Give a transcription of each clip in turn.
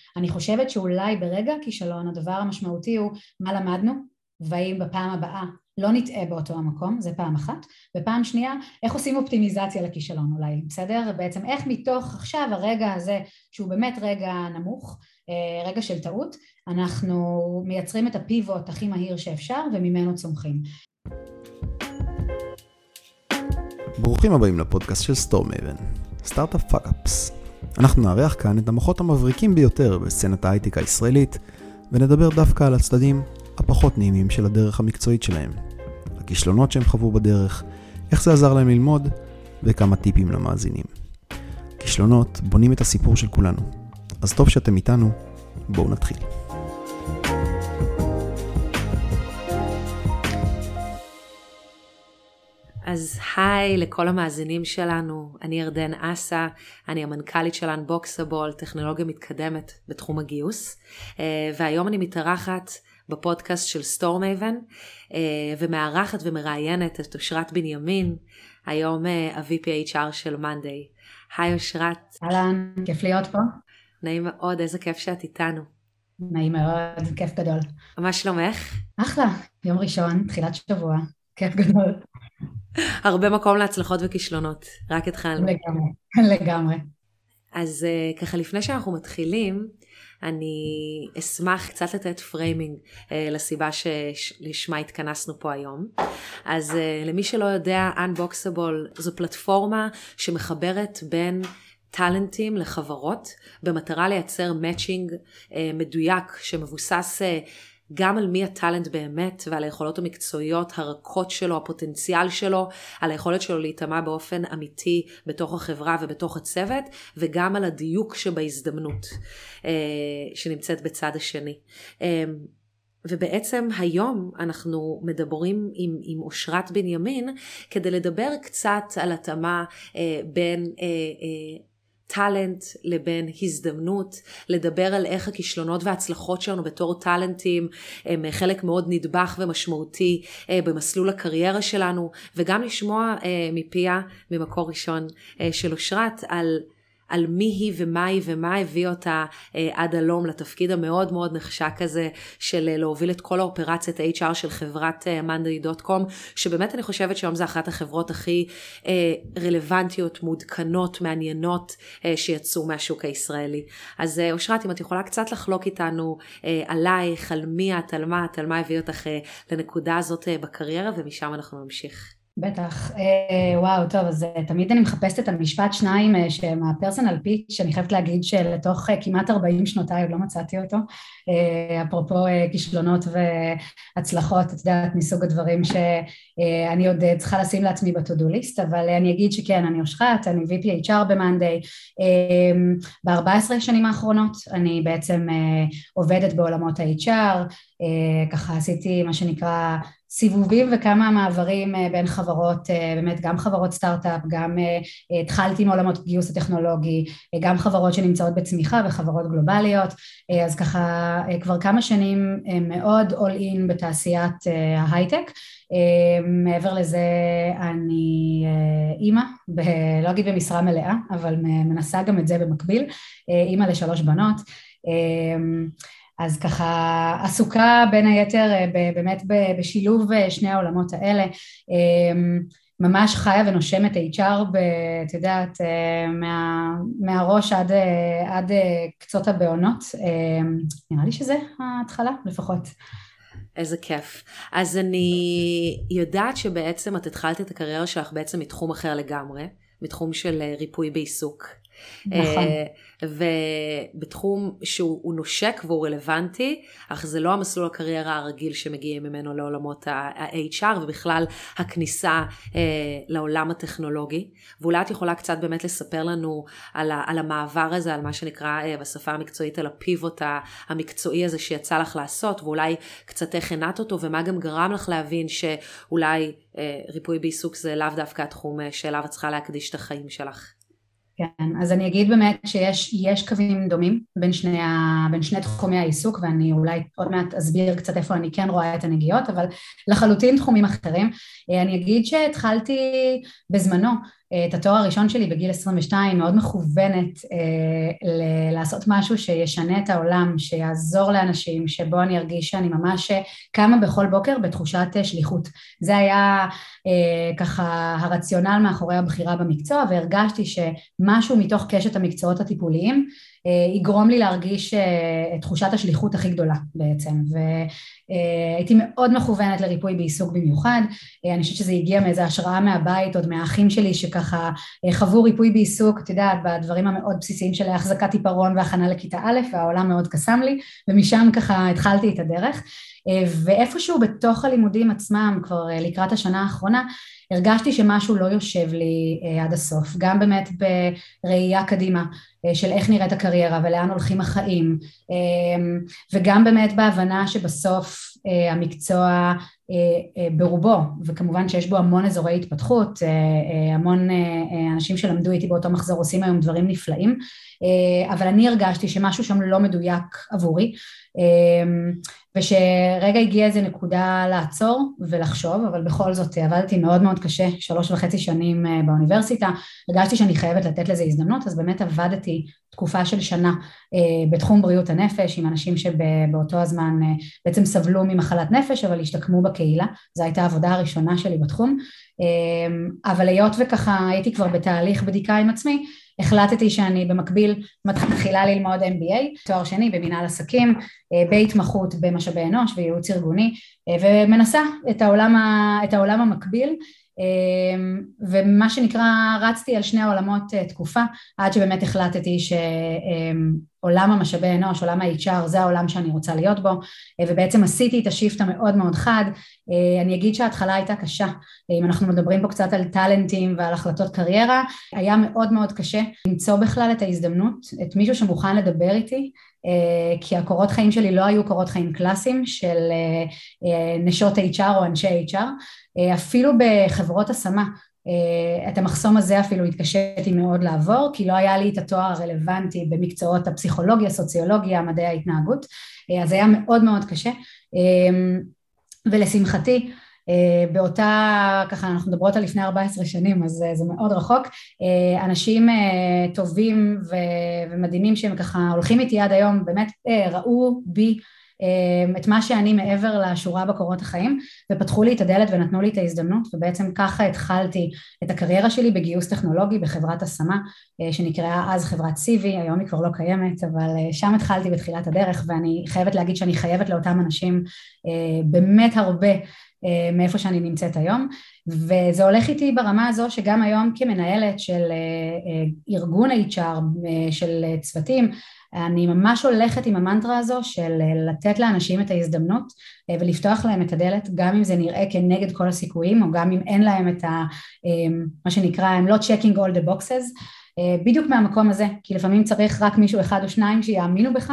אני חושבת שאולי ברגע הכישלון הדבר המשמעותי הוא מה למדנו, והאם בפעם הבאה לא נטעה באותו המקום, זה פעם אחת, ופעם שנייה, איך עושים אופטימיזציה לכישלון אולי, בסדר? בעצם איך מתוך עכשיו הרגע הזה, שהוא באמת רגע נמוך, רגע של טעות, אנחנו מייצרים את הפיבוט הכי מהיר שאפשר וממנו צומחים. ברוכים הבאים לפודקאסט של StormHaven, סטארט-אפ פאק-אפס. אנחנו נארח כאן את המוחות המבריקים ביותר בסצנת ההייטק הישראלית, ונדבר דווקא על הצדדים הפחות נעימים של הדרך המקצועית שלהם. הכישלונות שהם חוו בדרך, איך זה עזר להם ללמוד, וכמה טיפים למאזינים. כישלונות בונים את הסיפור של כולנו. אז טוב שאתם איתנו, בואו נתחיל. אז היי לכל המאזינים שלנו, אני ירדן אסה, אני המנכ"לית של Unboxable, טכנולוגיה מתקדמת בתחום הגיוס, והיום אני מתארחת בפודקאסט של StormHaven, ומארחת ומראיינת את אושרת בנימין, היום ה-VP HR של Monday. היי אושרת. אהלן, כיף להיות פה. נעים מאוד, איזה כיף שאת איתנו. נעים מאוד, כיף גדול. מה שלומך? אחלה, יום ראשון, תחילת שבוע, כיף גדול. הרבה מקום להצלחות וכישלונות, רק התחלנו. לגמרי. אז ככה לפני שאנחנו מתחילים, אני אשמח קצת לתת פריימינג לסיבה שלשמה התכנסנו פה היום. אז למי שלא יודע, Unboxable זו פלטפורמה שמחברת בין טלנטים לחברות, במטרה לייצר מאצ'ינג מדויק שמבוסס גם על מי הטלנט באמת ועל היכולות המקצועיות, הרכות שלו, הפוטנציאל שלו, על היכולת שלו להתאמה באופן אמיתי בתוך החברה ובתוך הצוות, וגם על הדיוק שבהזדמנות שנמצאת בצד השני. ובעצם היום אנחנו מדברים עם אושרת בנימין, כדי לדבר קצת על התאמה בין טלנט לבין הזדמנות, לדבר על איך הכישלונות וההצלחות שלנו בתור טלנטים הם חלק מאוד נדבך ומשמעותי במסלול הקריירה שלנו, וגם לשמוע מפיה ממקור ראשון של אושרת על מי היא ומה היא ומה הביא אותה עד הלום לתפקיד המאוד מאוד נחשק הזה של להוביל את כל האופרציית HR של חברת Monday.com, שבאמת אני חושבת שהיום זה אחת החברות הכי רלוונטיות, מעודכנות, מעניינות שיצאו מהשוק הישראלי. אז אושרת, אם את יכולה קצת לחלוק איתנו עלייך, על מי את, על מה הביא אותך לנקודה הזאת בקריירה, ומשם אנחנו נמשיך. בטח, וואו, טוב, אז תמיד אני מחפשת את המשפט שניים שהם הפרסונל פיץ', שאני חייבת להגיד שלתוך כמעט 40 שנותיי עוד לא מצאתי אותו, אפרופו כישלונות והצלחות, את יודעת, מסוג הדברים שאני עוד צריכה לשים לעצמי בטודו ליסט, אבל אני אגיד שכן, אני אושרת, אני VP HR במאנדיי, ב-14 שנים האחרונות אני בעצם עובדת בעולמות ה-HR, ככה עשיתי מה שנקרא סיבובים וכמה מעברים בין חברות, באמת גם חברות סטארט-אפ, גם התחלתי מעולמות גיוס הטכנולוגי, גם חברות שנמצאות בצמיחה וחברות גלובליות, אז ככה כבר כמה שנים מאוד all in בתעשיית ההייטק. מעבר לזה אני אימא, לא אגיד במשרה מלאה, אבל מנסה גם את זה במקביל, אימא ל3 בנות, אז ככה עסוקה בין היתר באמת בשילוב שני העולמות האלה, ממש חיה ונושמת HR, את יודעת, מהראש עד קצות הבעונות, נראה לי שזה ההתחלה לפחות. איזה כיף. אז אני יודעת שבעצם את התחלת את הקריירה שלך בעצם מתחום אחר לגמרי, מתחום של ריפוי בעיסוק. נכון. ובתחום שהוא נושק והוא רלוונטי, אך זה לא המסלול הקריירה הרגיל שמגיעים ממנו לעולמות ה-HR, ובכלל הכניסה לעולם הטכנולוגי. ואולי את יכולה קצת באמת לספר לנו על המעבר הזה, על מה שנקרא בשפה המקצועית, על הפיבוט המקצועי הזה שיצא לך לעשות, ואולי קצת איך עינת אותו, ומה גם גרם לך להבין שאולי ריפוי בעיסוק זה לאו דווקא התחום שאליו את צריכה להקדיש את החיים שלך. כן, אז אני אגיד באמת שיש קווים דומים בין שני תחומי העיסוק, ואני אולי עוד מעט אסביר קצת איפה אני כן רואה את הנגיעות, אבל לחלוטין תחומים אחרים. אני אגיד שהתחלתי בזמנו את התואר הראשון שלי בגיל 22, מאוד מכוונת לעשות משהו שישנה את העולם, שיעזור לאנשים, שבו אני ארגיש שאני ממש קמה בכל בוקר בתחושת שליחות. זה היה ככה הרציונל מאחורי הבחירה במקצוע, והרגשתי שמשהו מתוך קשת המקצועות הטיפוליים יגרום לי להרגיש את תחושת השליחות הכי גדולה בעצם, והייתי מאוד מכוונת לריפוי בעיסוק במיוחד. אני חושבת שזה הגיע מאיזו השראה מהבית, עוד מהאחים שלי שככה חוו ריפוי בעיסוק, את יודעת, בדברים המאוד בסיסיים של החזקת עיפרון והכנה לכיתה א', והעולם מאוד קסם לי, ומשם ככה התחלתי את הדרך, ואיפשהו בתוך הלימודים עצמם, כבר לקראת השנה האחרונה, הרגשתי שמשהו לא יושב לי עד הסוף, גם באמת בראייה קדימה של איך נראית הקריירה ולאן הולכים החיים, וגם באמת בהבנה שבסוף המקצוע ברובו, וכמובן שיש בו המון אזורי התפתחות, המון אנשים שלמדו איתי באותו מחזור עושים היום דברים נפלאים, אבל אני הרגשתי שמשהו שם לא מדויק עבורי, ושרגע הגיע איזה נקודה לעצור ולחשוב, אבל בכל זאת עבדתי מאוד מאוד קשה, 3.5 שנים באוניברסיטה, הרגשתי שאני חייבת לתת לזה הזדמנות, אז באמת עבדתי תקופה של שנה בתחום בריאות הנפש, עם אנשים שבאותו הזמן בעצם סבלו ממחלת נפש, אבל השתקמו בקהילה, זו הייתה העבודה הראשונה שלי בתחום, אבל היות וככה הייתי כבר בתהליך בדיקה עם עצמי, החלטתי שאני במקביל מתחילה ללמוד MBA, תואר שני במנהל עסקים, בהתמחות במשאבי אנוש וייעוץ ארגוני, ומנסה את העולם המקביל, ומה שנקרא רצתי על שני העולמות תקופה, עד שבאמת החלטתי שעולם המשאבי אנוש, עולם ה-HR, זה העולם שאני רוצה להיות בו, ובעצם עשיתי את השיפט המאוד מאוד חד. אני אגיד שההתחלה הייתה קשה, אם אנחנו מדברים פה קצת על טלנטים ועל החלטות קריירה, היה מאוד מאוד קשה למצוא בכלל את ההזדמנות, את מישהו שמוכן לדבר איתי, כי הקורות חיים שלי לא היו קורות חיים קלאסיים של נשות HR או אנשי HR, אפילו בחברות השמה, את המחסום הזה אפילו התקשיתי מאוד לעבור, כי לא היה לי את התואר הרלוונטי במקצועות הפסיכולוגיה, סוציולוגיה, מדעי ההתנהגות, אז היה מאוד מאוד קשה, ולשמחתי, באותה, ככה אנחנו מדברות על לפני 14 שנים, אז זה מאוד רחוק, אנשים טובים ומדהימים שהם ככה הולכים איתי עד היום, באמת ראו בי את מה שאני מעבר לשורה בקורות החיים, ופתחו לי את הדלת ונתנו לי את ההזדמנות, ובעצם ככה התחלתי את הקריירה שלי בגיוס טכנולוגי בחברת השמה, שנקראה אז חברת CV, היום היא כבר לא קיימת, אבל שם התחלתי בתחילת הדרך, ואני חייבת להגיד שאני חייבת לאותם אנשים באמת הרבה, מאיפה שאני נמצאת היום, וזה הולך איתי ברמה הזו שגם היום כמנהלת של ארגון HR, של צוותים, אני ממש הולכת עם המנטרה הזו של לתת לאנשים את ההזדמנות ולפתוח להם את הדלת, גם אם זה נראה כנגד כל הסיכויים, או גם אם אין להם את מה שנקרא, הם לא checking all the boxes, בדיוק מהמקום הזה, כי לפעמים צריך רק מישהו אחד או שניים שיאמינו בך,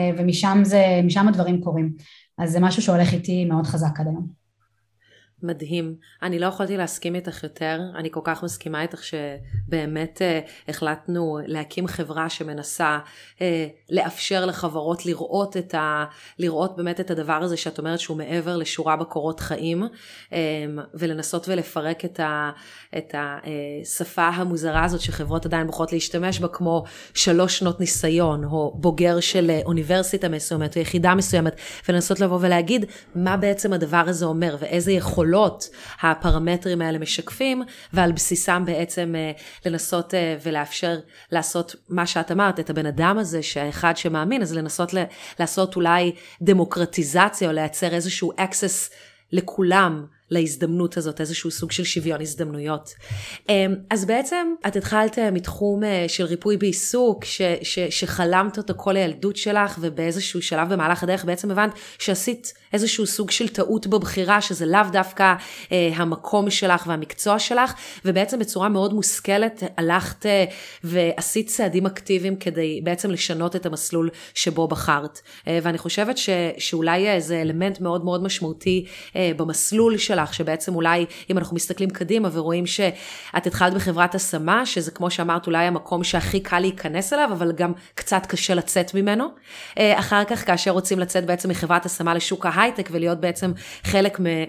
ומשם הדברים קורים. אז זה משהו שהולך איתי מאוד חזק עד היום. מדהים. אני לא יכולתי להסכים איתך יותר, אני כל כך מסכימה איתך שבאמת החלטנו להקים חברה שמנסה לאפשר לחברות לראות באמת את הדבר הזה שאת אומרת שהוא מעבר לשורה בקורות חיים, ולנסות ולפרק את השפה המוזרה הזאת שחברות עדיין בוחרות להשתמש בה, כמו 3 שנות ניסיון, או בוגר של אוניברסיטה מסוימת, או יחידה מסוימת, ולנסות לבוא ולהגיד מה בעצם הדבר הזה אומר, ואיזה יכולות הפרמטרים האלה משקפים, ועל בסיסם בעצם לנסות ולאפשר לעשות מה שאת אמרת, את הבן אדם הזה שהאחד שמאמין, אז לנסות לעשות אולי דמוקרטיזציה, או לייצר איזשהו access לכולם, להזדמנות הזאת, איזשהו סוג של שוויון הזדמנויות. אז בעצם את התחלת מתחום של ריפוי בעיסוק, שחלמת אותו כל הילדות שלך, ובאיזשהו שלב במהלך הדרך בעצם הבנת שעשית איזשהו סוג של טעות בבחירה, שזה לאו דווקא המקום שלך והמקצוע שלך, ובעצם בצורה מאוד מושכלת הלכת ועשית צעדים אקטיביים כדי בעצם לשנות את המסלול שבו בחרת. ואני חושבת שאולי זה אלמנט מאוד מאוד משמעותי במסלול שלך, שבעצם אולי אם אנחנו מסתכלים קדימה ורואים שאת התחלת בחברת השמה, שזה כמו שאמרת אולי המקום שהכי קל להיכנס אליו, אבל גם קצת קשה לצאת ממנו. אחר כך כאשר רוצים לצאת בעצם מחברת השמה לשוק ההייטק ולהיות בעצם חלק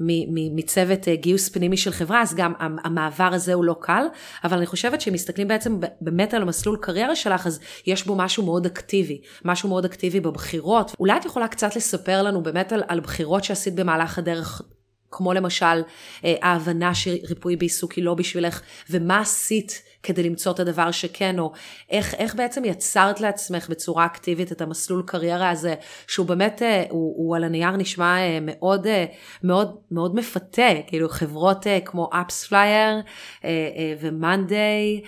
מצוות גיוס פנימי של חברה, אז גם המעבר הזה הוא לא קל, אבל אני חושבת שמסתכלים בעצם באמת על המסלול קריירה שלך, אז יש בו משהו מאוד אקטיבי בבחירות. אולי את יכולה קצת לספר לנו באמת על בחירות שעשית במהלך הדרך, כמו למשל ההבנה שריפוי בעיסוק היא לא בשבילך, ומה עשית כדי למצוא את הדבר שכן, או איך בעצם יצרת לעצמך בצורה אקטיבית את המסלול קריירה הזה, שהוא באמת, הוא על הנייר נשמע מאוד, מאוד, מאוד מפתה, כאילו חברות כמו AppsFlyer ו-Monday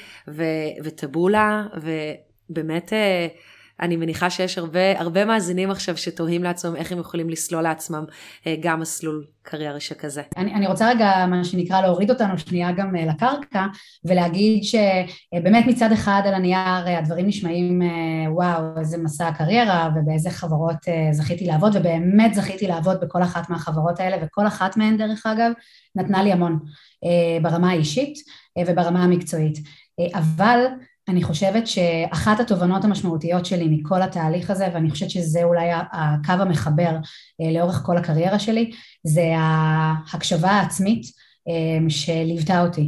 וטבולה, ובאמת אני מניחה שיש הרבה מאזינים עכשיו שתוהים לעצמם איך הם יכולים לסלול לעצמם גם מסלול קריירה שכזה. אני רוצה רגע מה שנקרא להוריד אותנו שנייה גם לקרקע, ולהגיד שבאמת מצד אחד על הנייר הדברים נשמעים וואו, איזה מסע הקריירה ובאיזה חברות זכיתי לעבוד, ובאמת זכיתי לעבוד בכל אחת מהחברות האלה, וכל אחת מהן דרך אגב נתנה לי המון ברמה האישית וברמה המקצועית. אבל אני חושבת שאחת התובנות המשמעותיות שלי מכל התהליך הזה, ואני חושבת שזה אולי הקו המחבר לאורך כל הקריירה שלי, זה ההקשבה העצמית שליוותה אותי.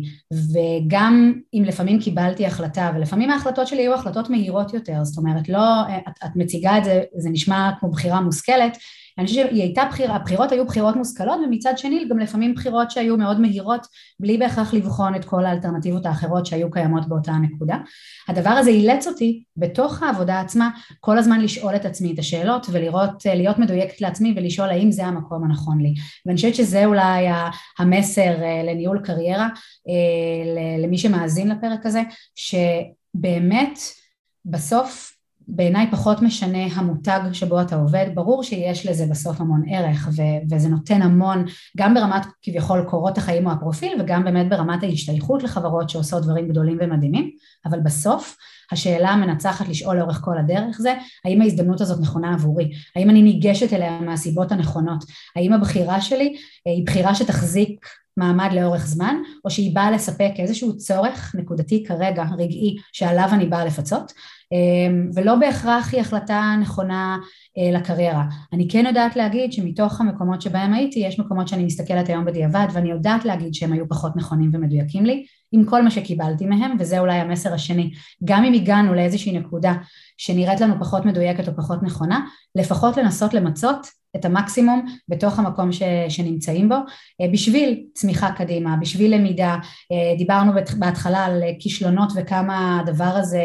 וגם אם לפעמים קיבלתי החלטה, ולפעמים ההחלטות שלי היו החלטות מהירות יותר, זאת אומרת, לא, את מציגה את זה, זה נשמע כמו בחירה מושכלת, אני חושבת שהיא הייתה הבחירות היו בחירות מושכלות, ומצד שני גם לפעמים בחירות שהיו מאוד מהירות, בלי בהכרח לבחון את כל האלטרנטיבות האחרות שהיו קיימות באותה הנקודה. הדבר הזה אילץ אותי בתוך העבודה עצמה, כל הזמן לשאול את עצמי את השאלות, להיות מדויקת לעצמי ולשאול האם זה המקום הנכון לי. ואני חושבת שזה אולי המסר לניהול קריירה, למי שמאזין לפרק הזה, שבאמת בסוף, בעיניי פחות משנה המותג שבו אתה עובד, ברור שיש לזה בסוף המון ערך, וזה נותן המון, גם ברמת כביכול קורות החיים או הפרופיל, וגם באמת ברמת ההשתייכות לחברות שעושות דברים גדולים ומדהימים, אבל בסוף השאלה המנצחת לשאול לאורך כל הדרך זה, האם ההזדמנות הזאת נכונה עבורי? האם אני ניגשת אליה מהסיבות הנכונות? האם הבחירה שלי היא בחירה שתחזיק מעמד לאורך זמן, או שהיא באה לספק איזשהו צורך נקודתי כרגע, רגעי, שעליו אני באה לפצות, ולא בהכרח היא החלטה נכונה לקריירה. אני כן יודעת להגיד שמתוך המקומות שבהם הייתי, יש מקומות שאני מסתכלת היום בדיעבד, ואני יודעת להגיד שהם היו פחות נכונים ומדויקים לי, עם כל מה שקיבלתי מהם, וזה אולי המסר השני. גם אם הגענו לאיזושהי נקודה שנראית לנו פחות מדויקת או פחות נכונה, לפחות לנסות למצות את המקסימום בתוך המקום שנמצאים בו, בשביל צמיחה קדימה, בשביל למידה. דיברנו בהתחלה על כישלונות וכמה הדבר הזה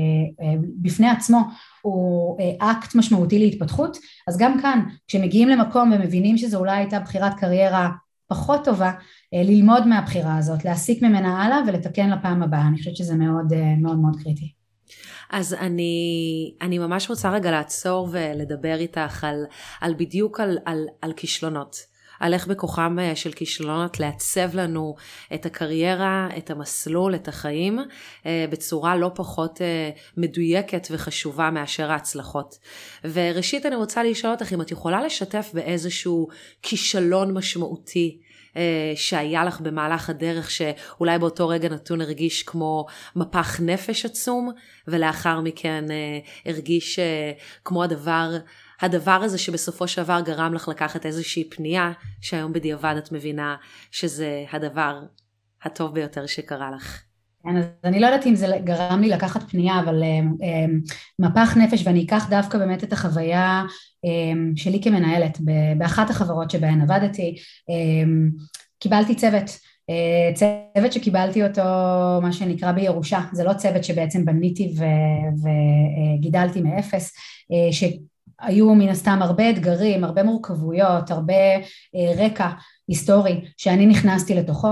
בפני עצמו הוא אקט משמעותי להתפתחות, אז גם כאן, כשמגיעים למקום ומבינים שזו אולי הייתה בחירת קריירה פחות טובה, ללמוד מהבחירה הזאת, להסיק ממנה הלאה ולתקן לפעם הבאה. אני חושבת שזה מאוד מאוד מאוד קריטי. אז אני ממש רוצה רגע לעצור ולדבר איתך על בדיוק על כישלונות. על איך בכוחם של כישלונות לעצב לנו את הקריירה, את המסלול, את החיים, בצורה לא פחות מדויקת וחשובה מאשר ההצלחות. וראשית אני רוצה לשאול אותך אם את יכולה לשתף באיזשהו כישלון משמעותי, שהיה לך במהלך הדרך שאולי באותו רגע נתון הרגיש כמו מפח נפש עצום, ולאחר מכן הרגיש כמו הדבר הזה שבסופו של דבר גרם לך לקחת איזושהי פנייה, שהיום בדיעבד את מבינה שזה הדבר הטוב ביותר שקרה לך. כן, אז אני לא יודעת אם זה גרם לי לקחת פנייה, אבל מפח נפש, ואני אקח דווקא באמת את החוויה שלי כמנהלת, באחת החברות שבהן עבדתי, קיבלתי צוות שקיבלתי אותו מה שנקרא בירושה, זה לא צוות שבעצם בניתי וגידלתי מאפס, שהיו מן הסתם הרבה אתגרים, הרבה מורכבויות, הרבה רקע היסטורי שאני נכנסתי לתוכו,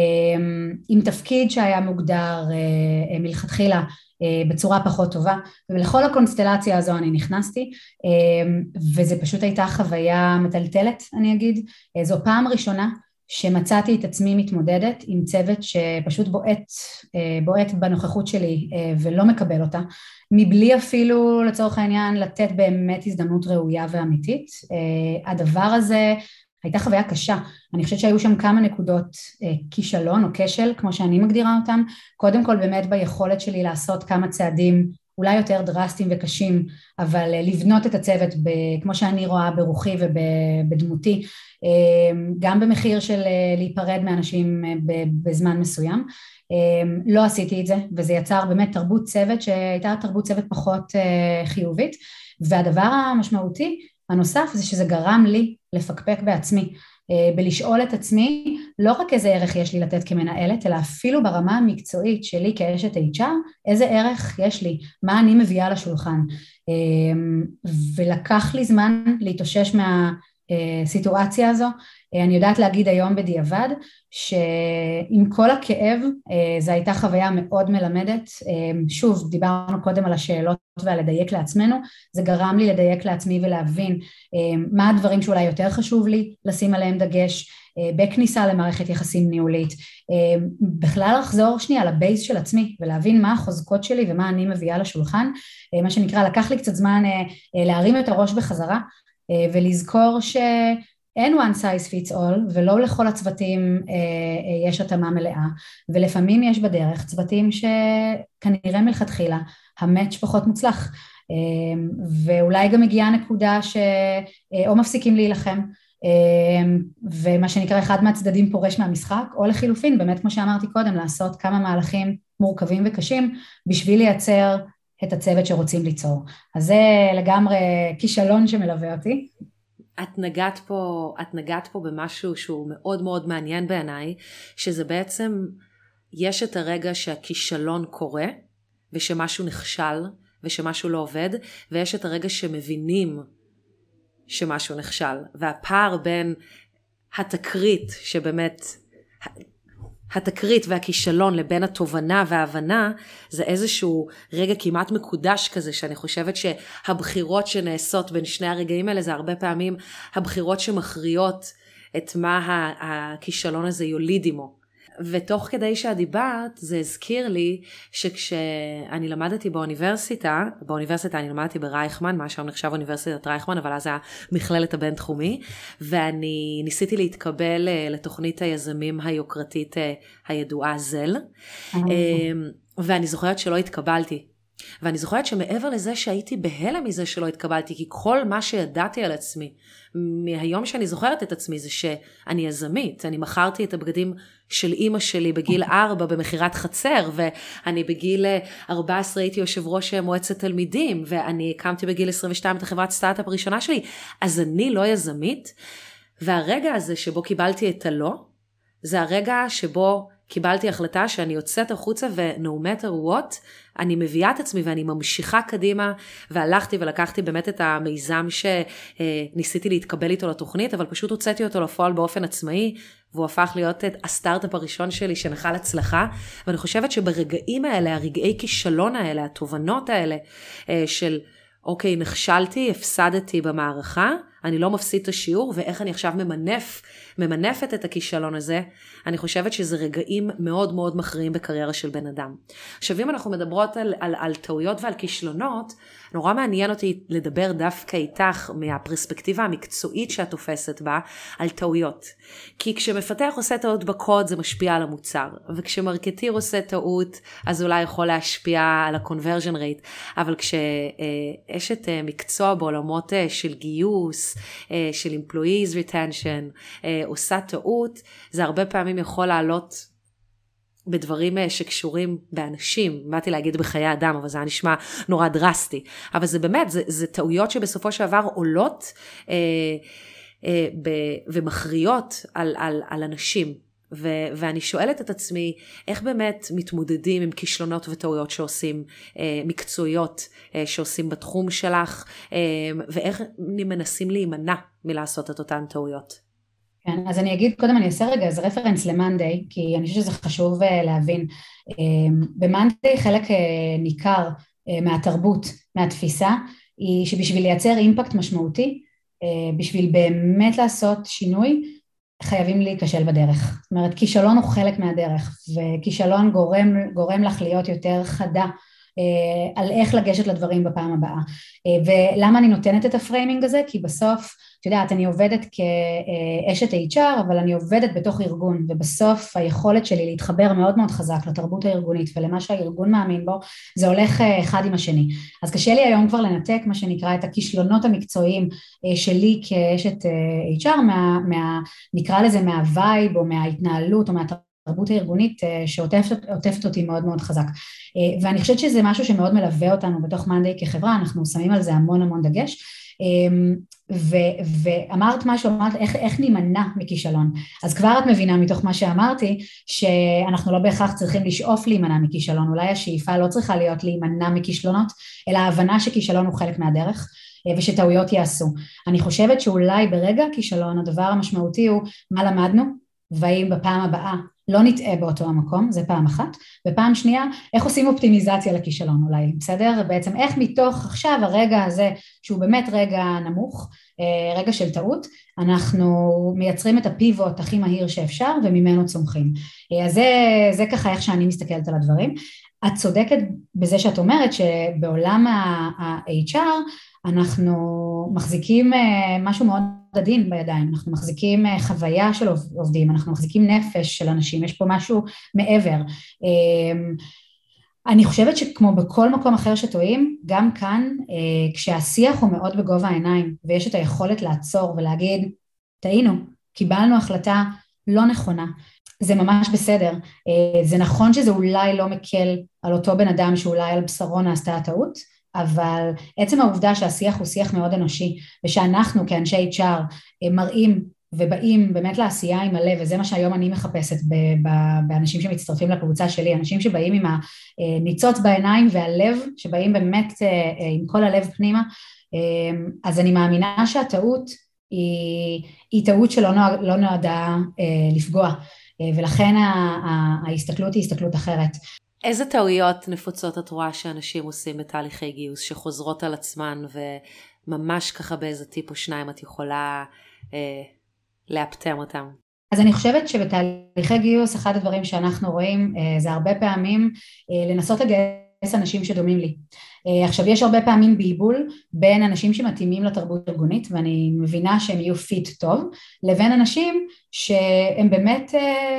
עם תפקיד שהיה מוגדר מלכתחילה בצורה פחות טובה, ולכל הקונסטלציה הזו אני נכנסתי, וזה פשוט הייתה חוויה מטלטלת, אני אגיד. זו פעם ראשונה שמצאתי את עצמי מתמודדת עם צוות שפשוט בועט בנוכחות שלי ולא מקבל אותה, מבלי אפילו לצורך העניין לתת באמת הזדמנות ראויה ואמיתית. הדבר הזה הייתה חוויה קשה. אני חושבת שהיו שם כמה נקודות כישלון או כשל, כמו שאני מגדירה אותם. קודם כל באמת ביכולת שלי לעשות כמה צעדים אולי יותר דרסטיים וקשים, אבל לבנות את הצוות כמו שאני רואה ברוחי ובדמותי, גם במחיר של להיפרד מאנשים בזמן מסוים. לא עשיתי את זה, וזה יצר באמת תרבות צוות שהייתה תרבות צוות פחות חיובית, והדבר המשמעותי הנוסף זה שזה גרם לי לפקפק בעצמי, בלשאול את עצמי לא רק איזה ערך יש לי לתת כמנהלת, אלא אפילו ברמה המקצועית שלי כאשת HR, איזה ערך יש לי, מה אני מביאה לשולחן. ולקח לי זמן להתאושש מהסיטואציה הזו. אני יודעת להגיד היום בדיעבד שעם כל הכאב זו הייתה חוויה מאוד מלמדת. שוב, דיברנו קודם על השאלות ועל לדייק לעצמנו, זה גרם לי לדייק לעצמי ולהבין מה הדברים שאולי יותר חשוב לי לשים עליהם דגש בכניסה למערכת יחסים ניהולית, בכלל לחזור שנייה לבייס של עצמי ולהבין מה החוזקות שלי ומה אני מביאה לשולחן. מה שנקרא, לקח לי קצת זמן להרים את הראש בחזרה ולזכור אין one size fits all, ולא לכל הצוותים יש התאמה מלאה, ולפעמים יש בדרך צוותים שכנראה מלכתחילה המאץ' פחות מוצלח, ואולי גם הגיעה נקודה שאו מפסיקים להילחם, ומה שנקרא אחד מהצדדים פורש מהמשחק, או לחילופין, באמת כמו שאמרתי קודם, לעשות כמה מהלכים מורכבים וקשים, בשביל לייצר את הצוות שרוצים ליצור. אז זה לגמרי כישלון שמלווה אותי. את נגעת פה במשהו שהוא מאוד מאוד מעניין בעיניי, שזה בעצם, יש את הרגע שהכישלון קורה, ושמשהו נכשל, ושמשהו לא עובד, ויש את הרגע שמבינים שמשהו נכשל, והפער בין התקרית, שבאמת, התקרית והכישלון לבין התובנה וההבנה, זה איזשהו רגע כמעט מקודש כזה, שאני חושבת שהבחירות שנעשות בין שני הרגעים האלה, זה הרבה פעמים הבחירות שמכריעות את מה הכישלון הזה יוליד עמו. ותוך כדי שדיברת, זה הזכיר לי שכשאני למדתי באוניברסיטה אני למדתי ברייכמן, מה שהיום נחשב אוניברסיטת רייכמן, אבל אז היה מכללת הבינתחומי, ואני ניסיתי להתקבל לתוכנית היזמים היוקרתית הידועה זל, ואני זוכרת שלא התקבלתי. ואני זוכרת שמעבר לזה שהייתי בהלם מזה שלא התקבלתי, כי כל מה שידעתי על עצמי, מהיום שאני זוכרת את עצמי, זה שאני יזמית, אני מכרתי את הבגדים של אמא שלי בגיל 4 במחירת חצר, ואני בגיל 14 הייתי יושב ראש מועצת תלמידים, ואני הקמתי בגיל 22 את החברת סטארט-אפ הראשונה שלי, אז אני לא יזמית, והרגע הזה שבו קיבלתי את הלא, זה הרגע שבו קיבלתי החלטה שאני יוצאת החוצה ו-no matter what, אני מביאה את עצמי ואני ממשיכה קדימה, והלכתי ולקחתי באמת את המיזם שניסיתי להתקבל איתו לתוכנית, אבל פשוט הוצאתי אותו לפועל באופן עצמאי, והוא הפך להיות הסטארט-אפ הראשון שלי שנחל הצלחה, ואני חושבת שברגעים האלה, הרגעי כישלון האלה, התובנות האלה של אוקיי, נכשלתי, הפסדתי במערכה, אני לא מפסיד את השיעור, ואיך אני עכשיו ממנפת את הכישלון הזה, אני חושבת שזה רגעים מאוד מאוד מכריעים בקריירה של בן אדם. עכשיו, אם אנחנו מדברות על טעויות ועל כישלונות, נורא מעניין אותי לדבר דווקא איתך מהפרספקטיבה המקצועית שאת תופסת בה, על טעויות. כי כשמפתח עושה טעות בקוד, זה משפיע על המוצר, וכשמרקטיר עושה טעות, אז אולי יכול להשפיע על ה-conversion rate, אבל כשאשת מקצוע בעולמות של גיוס, של employees retention, עושה טעות, זה הרבה פעמים יכול לעלות בדברים שקשורים באנשים, באתי להגיד בחיי אדם, אבל זה היה נשמע נורא דרסטי, אבל זה באמת, זה טעויות שבסופו של דבר עולות ומכריעות על אנשים, ואני שואלת את עצמי, איך באמת מתמודדים עם כישלונות וטעויות שעושים, מקצועיות שעושים בתחום שלך, ואיך מנסים להימנע מלעשות את אותן טעויות. כן, אז אני אגיד, קודם אני אעשה רגע איזה רפרנס למאנדיי, כי אני חושבת שזה חשוב להבין. במאנדיי חלק ניכר מהתרבות, מהתפיסה, היא שבשביל לייצר אימפקט משמעותי, בשביל באמת לעשות שינוי, חייבים להיכשל בדרך. זאת אומרת, כישלון הוא חלק מהדרך, וכישלון גורם לך להיות יותר חדה על איך לגשת לדברים בפעם הבאה. ולמה אני נותנת את הפריימינג הזה? כי בסוף, את יודעת, אני עובדת כאשת HR, אבל אני עובדת בתוך ארגון, ובסוף היכולת שלי להתחבר מאוד מאוד חזק לתרבות הארגונית ולמה שהארגון מאמין בו, זה הולך אחד עם השני. אז קשה לי היום כבר לנתק מה שנקרא את הכישלונות המקצועיים שלי כאשת HR, נקרא לזה מהווייב או מההתנהלות או מהתרבות הארגונית שעוטפת אותי מאוד מאוד חזק. ואני חושבת שזה משהו שמאוד מלווה אותנו בתוך מאנדיי כחברה, אנחנו שמים על זה המון המון דגש, ואמרת משהו, אמרת איך נימנע מכישלון. אז כבר את מבינה מתוך מה שאמרתי, שאנחנו לא בהכרח צריכים לשאוף להימנע מכישלון, אולי השאיפה לא צריכה להיות להימנע מכישלונות, אלא ההבנה שכישלון הוא חלק מהדרך, ושטעויות יעשו. אני חושבת שאולי ברגע הכישלון, הדבר המשמעותי הוא מה למדנו, והאם בפעם הבאה לא נטעה באותו המקום, זה פעם אחת, ופעם שנייה, איך עושים אופטימיזציה לכישלון אולי, בסדר? בעצם איך מתוך עכשיו הרגע הזה, שהוא באמת רגע נמוך, רגע של טעות, אנחנו מייצרים את הפיבוט הכי מהיר שאפשר, וממנו צומחים. אז זה ככה איך שאני מסתכלת על הדברים. את צודקת בזה שאת אומרת שבעולם ה-HR, אנחנו מחזיקים משהו מאוד עדין בידיים, אנחנו מחזיקים חוויה של עובדים, אנחנו מחזיקים נפש של אנשים, יש פה משהו מעבר. אני חושבת שכמו בכל מקום אחר שטועים, גם כאן, כשהשיח הוא מאוד בגובה העיניים, ויש את היכולת לעצור ולהגיד, טעינו, קיבלנו החלטה לא נכונה, זה ממש בסדר. זה נכון שזה אולי לא מקל על אותו בן אדם שאולי על בשרו נעשתה הטעות, אבל עצם העובדה שהשיח הוא שיח מאוד אנושי, ושאנחנו כאנשי HR מראים ובאים באמת לעשייה עם הלב, וזה מה שהיום אני מחפשת באנשים שמצטרפים לקבוצה שלי, אנשים שבאים עם הניצוץ בעיניים והלב, שבאים באמת עם כל הלב פנימה, אז אני מאמינה שהטעות היא טעות שלא נועדה לפגוע, ולכן ההסתכלות היא הסתכלות אחרת. איזה טעויות נפוצות את רואה שאנשים עושים בתהליכי גיוס, שחוזרות על עצמן, וממש ככה באיזה טיפ או שניים את יכולה לאפטם אותם? אז אני חושבת שבתהליכי גיוס, אחד הדברים שאנחנו רואים, זה הרבה פעמים לנסות לגייס אנשים שדומים לי. עכשיו יש הרבה פעמים בלבול בין אנשים שמתאימים לתרבות ארגונית, ואני מבינה שהם יהיו פיט טוב, לבין אנשים שהם באמת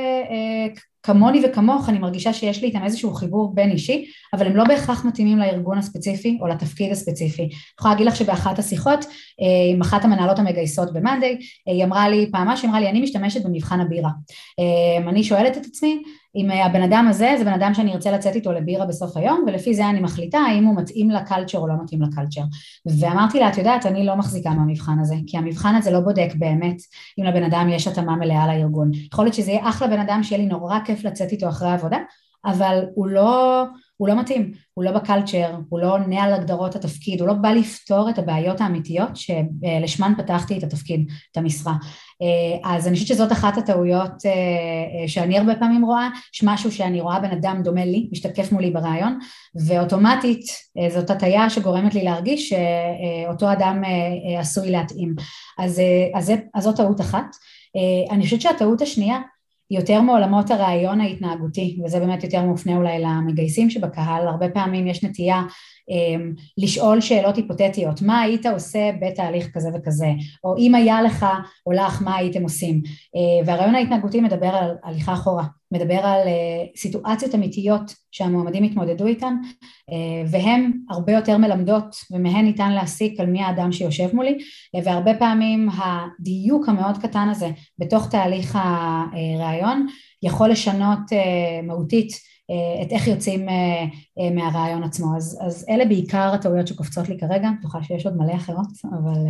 כמוני וכמוך, אני מרגישה שיש לי איתם איזשהו חיבור בין אישי, אבל הם לא בהכרח מתאימים לארגון הספציפי או לתפקיד הספציפי. אני יכולה להגיד לך שבאחת השיחות, עם אחת המנהלות המגייסות במאנדיי, היא אמרה לי פעם, אני משתמשת במבחן הבירה. אני שואלת את עצמי, אם הבן אדם הזה, זה בן אדם שאני ארצה לצאת איתו לבירה בסוף היום, ולפי זה אני מחליטה האם הוא מתאים לקלצ'ר או לא מתאים לקלצ'ר. ואמרתי לה, את יודעת, אני לא מחזיקה מהמבחן הזה, כי המבחן הזה לא בודק באמת אם לבן אדם יש התאמה מלאה לארגון. יכול להיות שזה יהיה אחלה בן אדם שיהיה לי נורא כיף לצאת איתו אחרי העבודה, אבל הוא לא מתאים, הוא לא בקלצ'ר, הוא לא עונה על הגדרות התפקיד, הוא לא בא לפתור את הבעיות האמיתיות שלשמן פתחתי את התפקיד, את המשרה. אז אני חושבת שזאת אחת הטעויות שאני הרבה פעמים רואה, שמשהו שאני רואה בן אדם דומה לי, משתקף מולי ברעיון, ואוטומטית זאת הטעיה שגורמת לי להרגיש שאותו אדם עשוי להתאים. אז זאת טעות אחת. אני חושבת שהטעות השנייה, יותר מעולמות הרעיון ההתנהגותי, וזה באמת יותר מופנה אולי למגייסים שבקהל, הרבה פעמים יש נטייה לשאול שאלות היפותטיות, מה היית עושה בתהליך כזה וכזה, או אם היה לך או לך, מה הייתם עושים, והרעיון ההתנהגותי מדבר על הליכה אחורה, מדבר על סיטואציות אמיתיות שהמועמדים התמודדו איתן, והן הרבה יותר מלמדות, ומהן ניתן להסיק על מי האדם שיושב מולי, והרבה פעמים הדיוק המאוד קטן הזה, בתוך תהליך הרעיון, יכול לשנות מהותית, את איך יוצאים מהרעיון עצמו. אז אלה בעיקר הטעויות שקופצות לי כרגע, בטוחה שיש עוד מלא אחרות, אבל...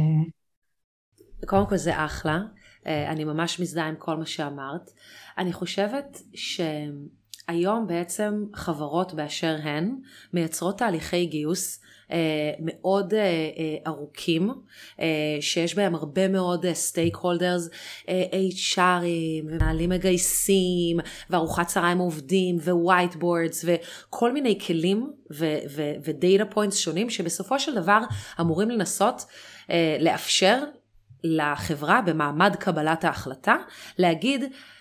קודם כל זה אחלה, אני ממש מזדהה עם כל מה שאמרת. אני חושבת שהיום בעצם חברות באשר הן מייצרות תהליכי גיוס מאוד ארוכים, שיש בהם הרבה מאוד סטייק-הולדרס, HR'ים, ומנהלים מגייסים, וארוחת צהריים עובדים, ווייט-בורדס, וכל מיני כלים ודאטה פוינטס שונים, שבסופו של דבר אמורים לנסות לאפשר לחברה במעמד קבלת ההחלטה, להגיד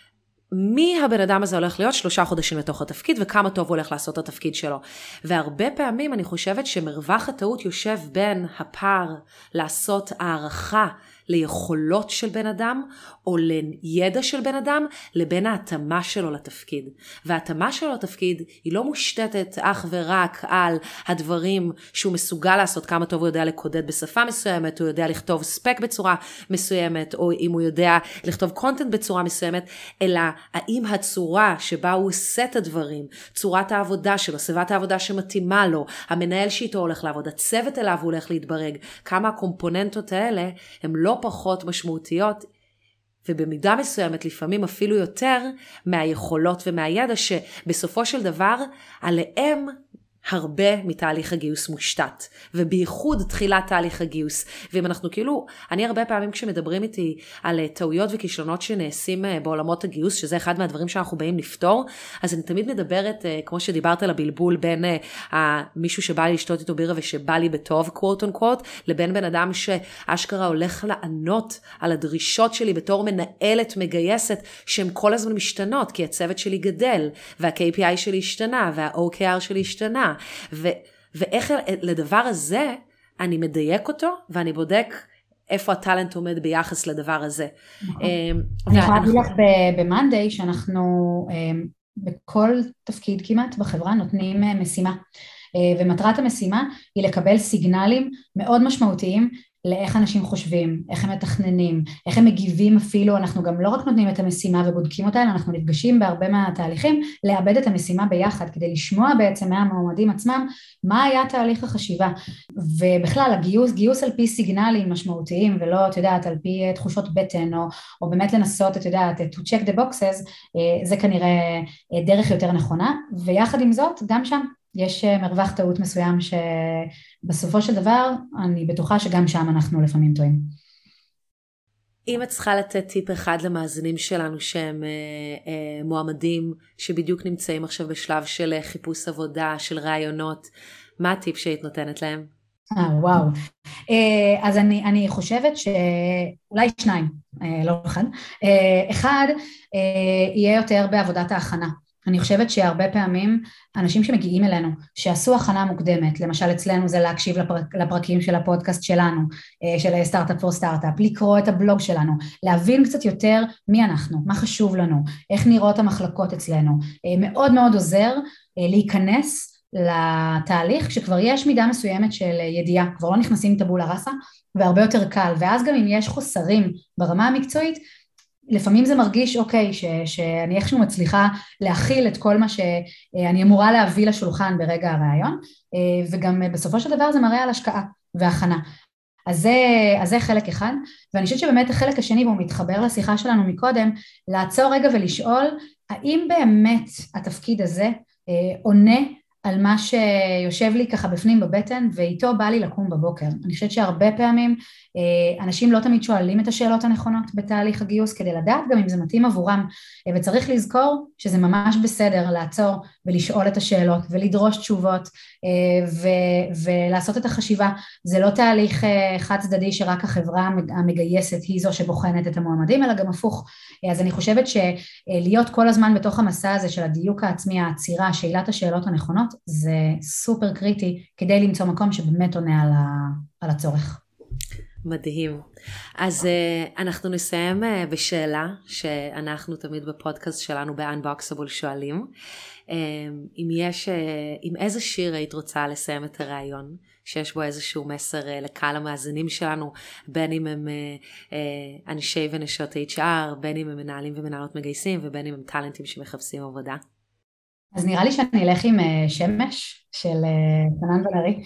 מי הבן אדם הזה הולך להיות 3 חודשים לתוך התפקיד, וכמה טוב הוא הולך לעשות את התפקיד שלו. והרבה פעמים אני חושבת שמרווח הטעות יושב בין הפער לעשות הערכה ליכולות של בן אדם, או לידע של בן אדם, לבין ההתאמה שלו לתפקיד. וההתאמה שלו לתפקיד היא לא מושתתת אך ורק על הדברים שהוא מסוגל לעשות, כמה טוב הוא יודע לקודד בשפה מסוימת, הוא יודע לכתוב ספק בצורה מסוימת, או אם הוא יודע לכתוב קונטנט בצורה מסוימת, אלא האם הצורה שבה הוא עושה את הדברים, צורת העבודה שלו, סביבת העבודה שמתאימה לו, המנהל שאיתו הולך לעבוד, הצוות אליו הוא הולך להתברג, כמה הקומפוננטות האלה הם לא פחות משמעותיות, ובמידה מסוימת לפעמים אפילו יותר מהיכולות ומהידע שבסופו של דבר עליהם הרבה מתהליך הגיוס מושתת, ובייחוד תחילת תהליך הגיוס. ואם אנחנו כאילו, אני הרבה פעמים כשמדברים איתי על טעויות וכישלונות שנעשים בעולמות הגיוס, שזה אחד מהדברים שאנחנו באים לפתור, אז אני תמיד מדברת, כמו שדיברת על הבלבול, בין מישהו שבא לי לשתות איתו בירה ושבא לי בטוב, quote on quote, לבין בן אדם שאשכרה הולך לענות על הדרישות שלי בתור מנהלת מגייסת, שהן כל הזמן משתנות, כי הצוות שלי גדל, וה-KPI שלי השתנה, וה-OKR שלי השתנה. ואיך לדבר הזה אני מדייק אותו, ואני בודק איפה הטלנט עומד ביחס לדבר הזה. אני יכולה להגיד לך במאנדיי שאנחנו בכל תפקיד כמעט בחברה נותנים משימה, ומטרת המשימה היא לקבל סיגנלים מאוד משמעותיים לאיך אנשים חושבים, איך הם מתכננים, איך הם מגיבים אפילו, אנחנו גם לא רק נותנים את המשימה ובודקים אותה, אלא אנחנו נפגשים בהרבה מהתהליכים, לאבד את המשימה ביחד, כדי לשמוע בעצם מהמועמדים עצמם, מה היה תהליך החשיבה, ובכלל גיוס על פי סיגנלים משמעותיים, ולא, את יודעת, על פי תחושות בטן, או באמת לנסות, את יודעת, to check the boxes, זה כנראה דרך יותר נכונה, ויחד עם זאת, גם שם, יש מרווח טעות מסוים שבסופו של דבר אני בטוחה שגם שם אנחנו לפעמים טועים. אם את צריכה לתת טיפ אחד למאזינים שלנו שהם מועמדים שבדיוק נמצאים עכשיו בשלב של חיפוש עבודה, של רעיונות, מה הטיפ שהיית נותנת להם? וואו. אז אני חושבת שאולי 2, לא אחד. אחד יהיה יותר בעבודת ההכנה. אני חושבת שהרבה פעמים אנשים שמגיעים אלינו, שעשו הכנה מוקדמת, למשל אצלנו זה להקשיב לפרקים של הפודקאסט שלנו, של סטארט-אפ פור סטארט-אפ, לקרוא את הבלוג שלנו, להבין קצת יותר מי אנחנו, מה חשוב לנו, איך נראות המחלקות אצלנו, מאוד מאוד עוזר להיכנס לתהליך, כשכבר יש מידה מסוימת של ידיעה, כבר לא נכנסים טבולה ראסה, והרבה יותר קל, ואז גם אם יש חוסרים ברמה המקצועית, לפעמים זה מרגיש, אוקיי, שאני איכשהו מצליחה להכיל את כל מה שאני אמורה להביא לשולחן ברגע הרעיון, וגם בסופו של דבר זה מראה על השקעה והכנה. אז זה חלק אחד, ואני חושבת שבאמת החלק השני, והוא מתחבר לשיחה שלנו מקודם, לעצור רגע ולשאול, האם באמת התפקיד הזה עונה על מה שיושב לי ככה בפנים בבטן, ואיתו בא לי לקום בבוקר. אני חושבת שהרבה פעמים אנשים לא תמיד שואלים את השאלות הנכונות בתהליך הגיוס, כדי לדעת גם אם זה מתאים עבורם, וצריך לזכור שזה ממש בסדר לעצור ולשאול את השאלות, ולדרוש תשובות, ולעשות את החשיבה. זה לא תהליך חד צדדי שרק החברה המגייסת היא זו שבוחנת את המועמדים, אלא גם הפוך. אז אני חושבת שלהיות כל הזמן בתוך המסע הזה של הדיוק העצמי, העצירה, שאלת השאלות הנכונות, זה סופר קריטי כדי למצוא מקום שבאמת עונה על הצורך. מדהים. אז אנחנו נסיים בשאלה שאנחנו תמיד בפודקאסט שלנו ב-Unboxable שואלים. עם איזה שיר היית רוצה לסיים את הרעיון, שיש בו איזשהו מסר לקהל המאזינים שלנו, בין אם הם אנשי ונשות HR, בין אם הם מנהלים ומנהלות מגייסים, ובין אם הם טלנטים שמחפשים עבודה? אז נראה לי שאני אלך עם שמש של חנן בן ארי.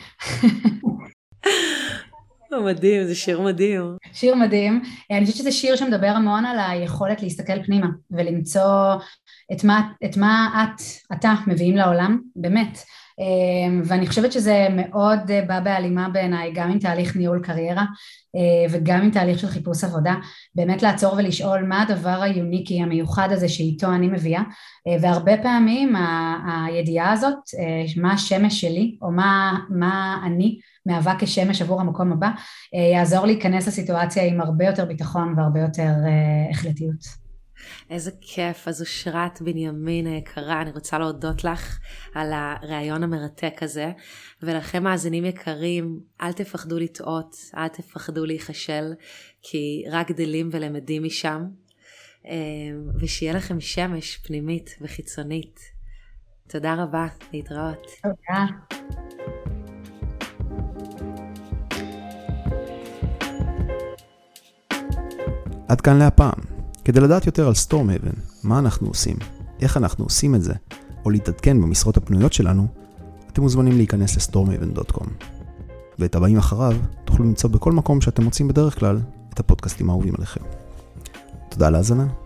מדהים, זה שיר מדהים. שיר מדהים. אני חושבת שזה שיר שמדבר המון על היכולת להסתכל פנימה, ולמצוא את מה אתה מביאים לעולם, באמת. ואני חושבת שזה מאוד בא בהלימה בעיניי, גם עם תהליך ניהול קריירה, וגם עם תהליך של חיפוש עבודה, באמת לעצור ולשאול מה הדבר היוניקי, המיוחד הזה שאיתו אני מביאה, והרבה פעמים הידיעה הזאת, מה השמש שלי, או מה אני מהווה כשמש עבור המקום הבא, יעזור להיכנס לסיטואציה עם הרבה יותר ביטחון והרבה יותר החלטיות. איזה כיף. אז אושרת בנימין היקרה, אני רוצה להודות לך על הרעיון המרתק הזה, ולכם מאזינים יקרים, אל תפחדו לטעות, אל תפחדו להיחשל, כי רק גדלים ולמדים משם, ושיהיה לכם שמש פנימית וחיצונית. תודה רבה, להתראות. תודה. עד כאן להפעם. כדי לדעת יותר על StormHaven, מה אנחנו עושים, איך אנחנו עושים את זה, או להתעדכן במשרות הפנויות שלנו, אתם מוזמנים להיכנס ל-stormhaven.com. ואת הבאים אחריו תוכלו למצוא בכל מקום שאתם מוצאים בדרך כלל את הפודקאסטים האהובים עליכם. תודה על ההאזנה.